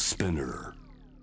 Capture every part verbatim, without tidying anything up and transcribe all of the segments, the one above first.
Spinner。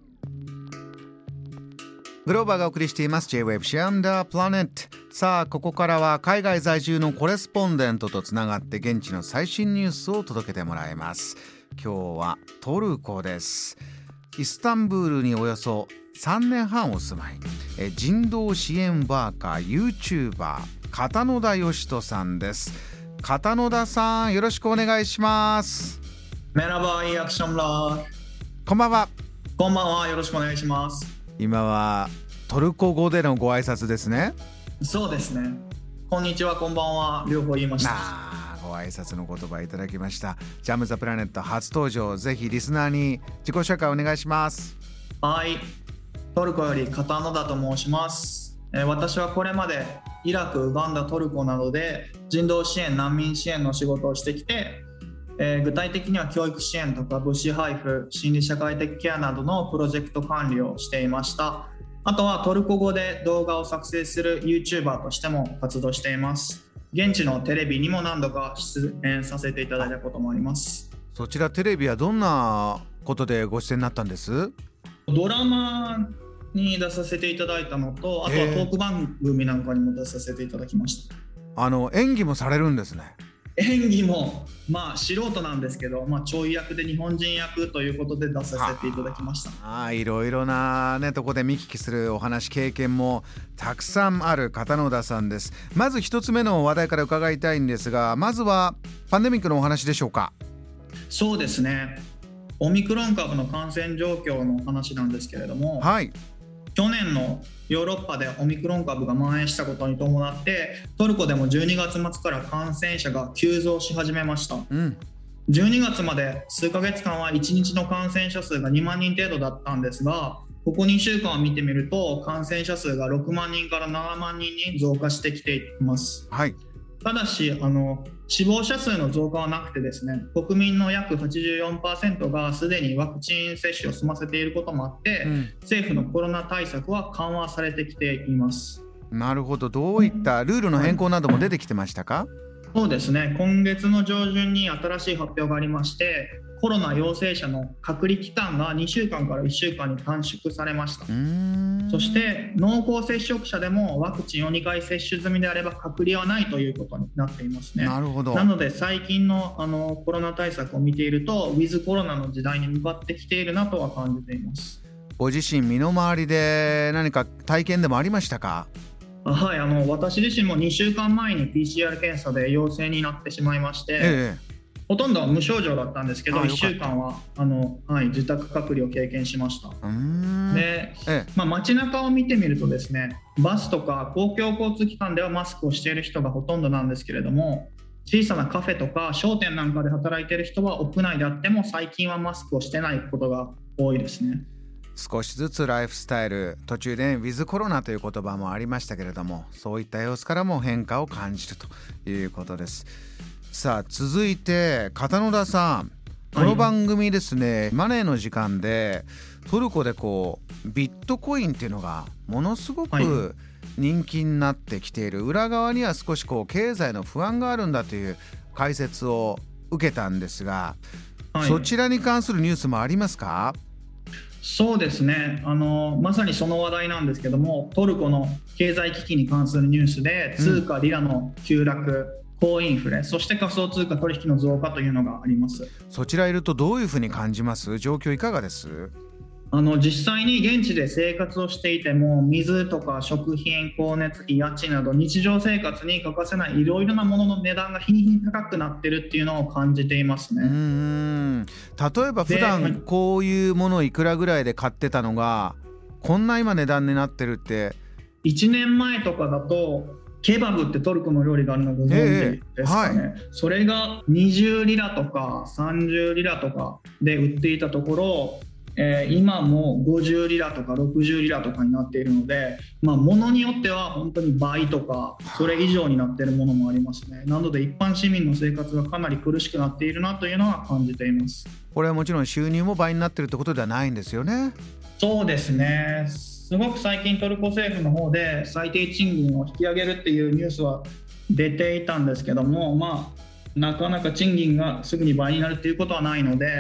グローバーがお送りしています J-Wave Share the Planet。 さあここからは海外在住のコレスポンデントとつながって現地の最新ニュースを届けてもらいます。今日はトルコです。イスタンブールにおよそさんねんはんお住まい、え人道支援ワーカー YouTuber 片野田義人さんです。片野田さん、よろしくお願いします。 Merhaba, iyi akşamlar。 こんばんは。 こんばんは、よろしくお願いします。 今はトルコ語でのご挨拶ですね。 そうですね。こんにちは、こんばんは、両方言いました。 あご挨拶の言葉いただきました。ジャム・ザ・プラネット初登場、ぜひリスナーに自己紹介お願いします。 はい、トルコより片野田と申します。えー、私はこれまでイラク、ウガンダ、トルコなどで人道支援、難民支援の仕事をしてきて、えー、具体的には教育支援とか物資配布、心理社会的ケアなどのプロジェクト管理をしていました。あとはトルコ語で動画を作成する YouTuber としても活動しています。現地のテレビにも何度か出演させていただいたこともあります。 そちらテレビはどんなことでご出演になったんです？ ドラマに出させていただいたのと、あとはトーク番組なんかにも出させていただきました。 あの演技もされるんですね。 演技もまあ素人なんですけど、まあ、ちょい役で日本人役ということで出させていただきました。 ああ、いろいろな、ね、とこで見聞きするお話経験もたくさんある片野田さんです。まず一つ目の話題から伺いたいんですが、まずはパンデミックのお話でしょうか？ そうですね。オミクロン株の感染状況の話なんですけれども、 はい、 去年のヨーロッパでオミクロン株が蔓延したことに伴ってトルコでもじゅうにがつまつから感染者が急増し始めました。うん、じゅうにがつまで数ヶ月間はいちにちの感染者数がにまんにん程度だったんですが、ここにしゅうかんを見てみると感染者数がろくまんにんからななまんにんに増加してきています。はい、ただしあの死亡者数の増加はなくてですね、国民の約 はちじゅうよんパーセント がすでにワクチン接種を済ませていることもあって、うん、政府のコロナ対策は緩和されてきています。 なるほど。どういったルールの変更なども出てきてましたか？ そうですね。今月の上旬に新しい発表がありまして、コロナ陽性者の隔離期間がにしゅうかんからいっしゅうかんに短縮されました。うーん、そして濃厚接触者でもワクチンをにかい接種済みであれば隔離はないということになっていますね。 なるほど。 なので最近 の, あのコロナ対策を見ているとウィズコロナの時代に向かってきているなとは感じています。 ご自身身の回りで何か体験でもありましたか？ はい、あの私自身もにしゅうかんまえに ピーシーアール 検査で陽性になってしまいまして、ええ、ほとんど無症状だったんですけどいっしゅうかんはあの、はい、自宅隔離を経験しました。うーんで、ええまあ、街中を見てみるとですね、バスとか公共交通機関ではマスクをしている人がほとんどなんですけれども、小さなカフェとか商店なんかで働いている人は屋内であっても最近はマスクをしてないことが多いですね。 少しずつライフスタイル、途中でウィズコロナという言葉もありましたけれども、そういった様子からも変化を感じるということです。さあ続いて片野田さん、この番組ですね、はい、マネーの時間でトルコでこうビットコインっていうのがものすごく人気になってきている、裏側には少しこう経済の不安があるんだという解説を受けたんですが、はい、そちらに関するニュースもありますか？ そうですね、あのまさにその話題なんですけども、トルコの経済危機に関するニュースで通貨リラの急落、うん、高インフレ、そして仮想通貨取引の増加というのがあります。 そちらいるとどういうふうに感じます？状況いかがです？ あの実際に現地で生活をしていても水とか食品、光熱費、家賃など日常生活に欠かせないいろいろなものの値段が日に日に高くなってるっていうのを感じていますね。うーん、例えば普段こういうものをいくらぐらいで買ってたのがこんな今値段になってるって。 いちねんまえとかだとケバブってトルコの料理があるのご存知ですかね、えーはい、それがにじゅうリラとかさんじゅうリラとかで売っていたところ、えー、今もごじゅうリラとかろくじゅうリラとかになっているので、まあ、物によっては本当に倍とかそれ以上になっているものもありますね。なので一般市民の生活がかなり苦しくなっているなというのは感じています。 これはもちろん収入も倍になっているってことではないんですよね。 そうですね。すごく最近トルコ政府の方で最低賃金を引き上げるっていうニュースは出ていたんですけども、まあ、なかなか賃金がすぐに倍になるっていうことはないので、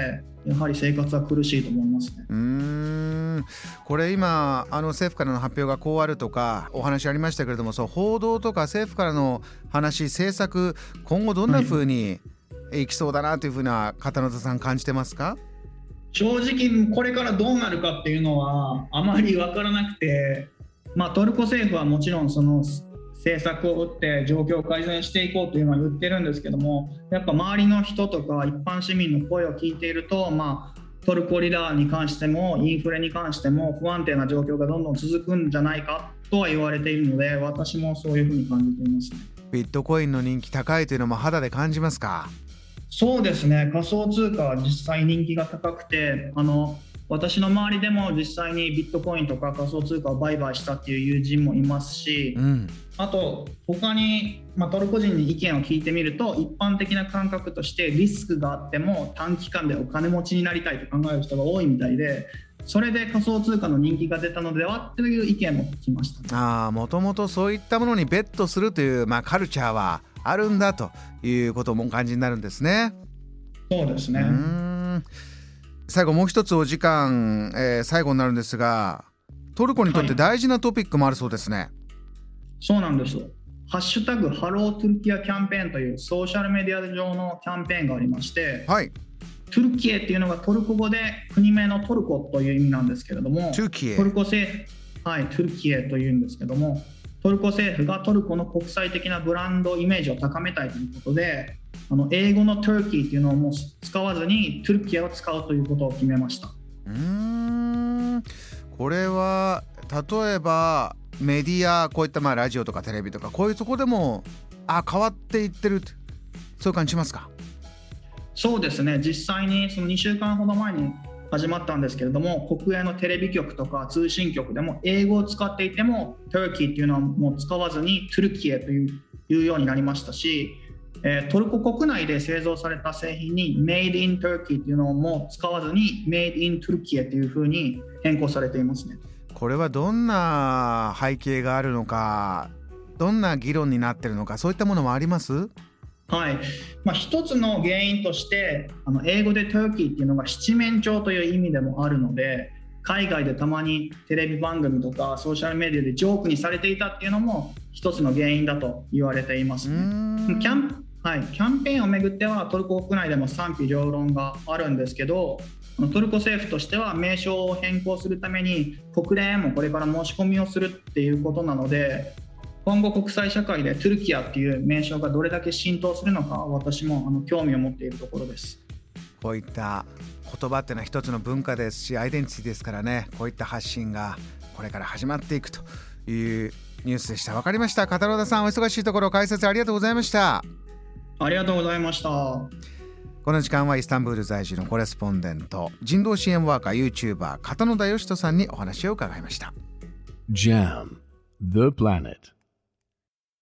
やはり生活は苦しいと思いますね。 うーんこれ今あの政府からの発表がこうあるとかお話ありましたけれども、そう報道とか政府からの話政策今後どんな風にいきそうだなというふうな片野田さん感じてますか？ 正直これからどうなるかっていうのはあまり分からなくて、まあ、トルコ政府はもちろんその政策を打って状況を改善していこうというのは言ってるんですけども、やっぱ周りの人とか一般市民の声を聞いていると、まあ、トルコリラに関してもインフレに関しても不安定な状況がどんどん続くんじゃないかとは言われているので、私もそういうふうに感じていますね。 ビットコインの人気高いというのも肌で感じますか？ そうですね、仮想通貨は実際人気が高くて、あの私の周りでも実際にビットコインとか仮想通貨を売買したっていう友人もいますし、うん、あと他に、まあ、トルコ人に意見を聞いてみると、一般的な感覚としてリスクがあっても短期間でお金持ちになりたいと考える人が多いみたいで、それで仮想通貨の人気が出たのではという意見も聞きました、ね。 あ、もともとそういったものにベットするという、まあ、カルチャーはあるんだということもお感じになるんですね。 そうですね。うーん、 最後もう一つお時間、えー、最後になるんですが、トルコにとって大事なトピックもあるそうですね。はい、 そうなんですよ。ハッシュタグハロートゥルキアキャンペーンというソーシャルメディア上のキャンペーンがありまして、はい、トゥルキエっていうのがトルコ語で国名のトルコという意味なんですけれども、トルコ政府、はい、トゥルキエというんですけども、トルコ政府がトルコの国際的なブランドイメージを高めたいということで、あの英語の Turkey っていうのをもう使わずにトゥルキエを使うということを決めました。 うーんこれは例えばメディア、こういったまあラジオとかテレビとかこういうとこでもあ変わっていってる、そういう感じしますか？ そうですね、実際にそのにしゅうかんほど前に始まったんですけれども、国営のテレビ局とか通信局でも英語を使っていても Turkey っていうのはもう使わずにトゥルキエという、いうようになりましたし、えー、トルコ国内で製造された製品に Made in Turkey っていうのをもう使わずに Made in Turkey っていう風に変更されていますね。 これはどんな背景があるのか、どんな議論になっているのか、そういったものもあります？ はい、まあ、一つの原因としてあの英語で Turkey っていうのが七面鳥という意味でもあるので、海外でたまにテレビ番組とかソーシャルメディアでジョークにされていたっていうのも一つの原因だと言われていますね。キャン、はい、キャンペーンをめぐってはトルコ国内でも賛否両論があるんですけど、トルコ政府としては名称を変更するために国連もこれから申し込みをするっていうことなので、今後国際社会でトゥルキアっていう名称がどれだけ浸透するのか、私もあの興味を持っているところです。 こういった言葉っていうのは一つの文化ですしアイデンティティですからね、こういった発信がこれから始まっていくというニュースでした。わかりました。片野田さん、お忙しいところ解説ありがとうございました。 ありがとうございました。 この時間はイスタンブール在住のコレスポンデント、人道支援ワーカー YouTuber 片野田義人さんにお話を伺いました。 ジャム The Planet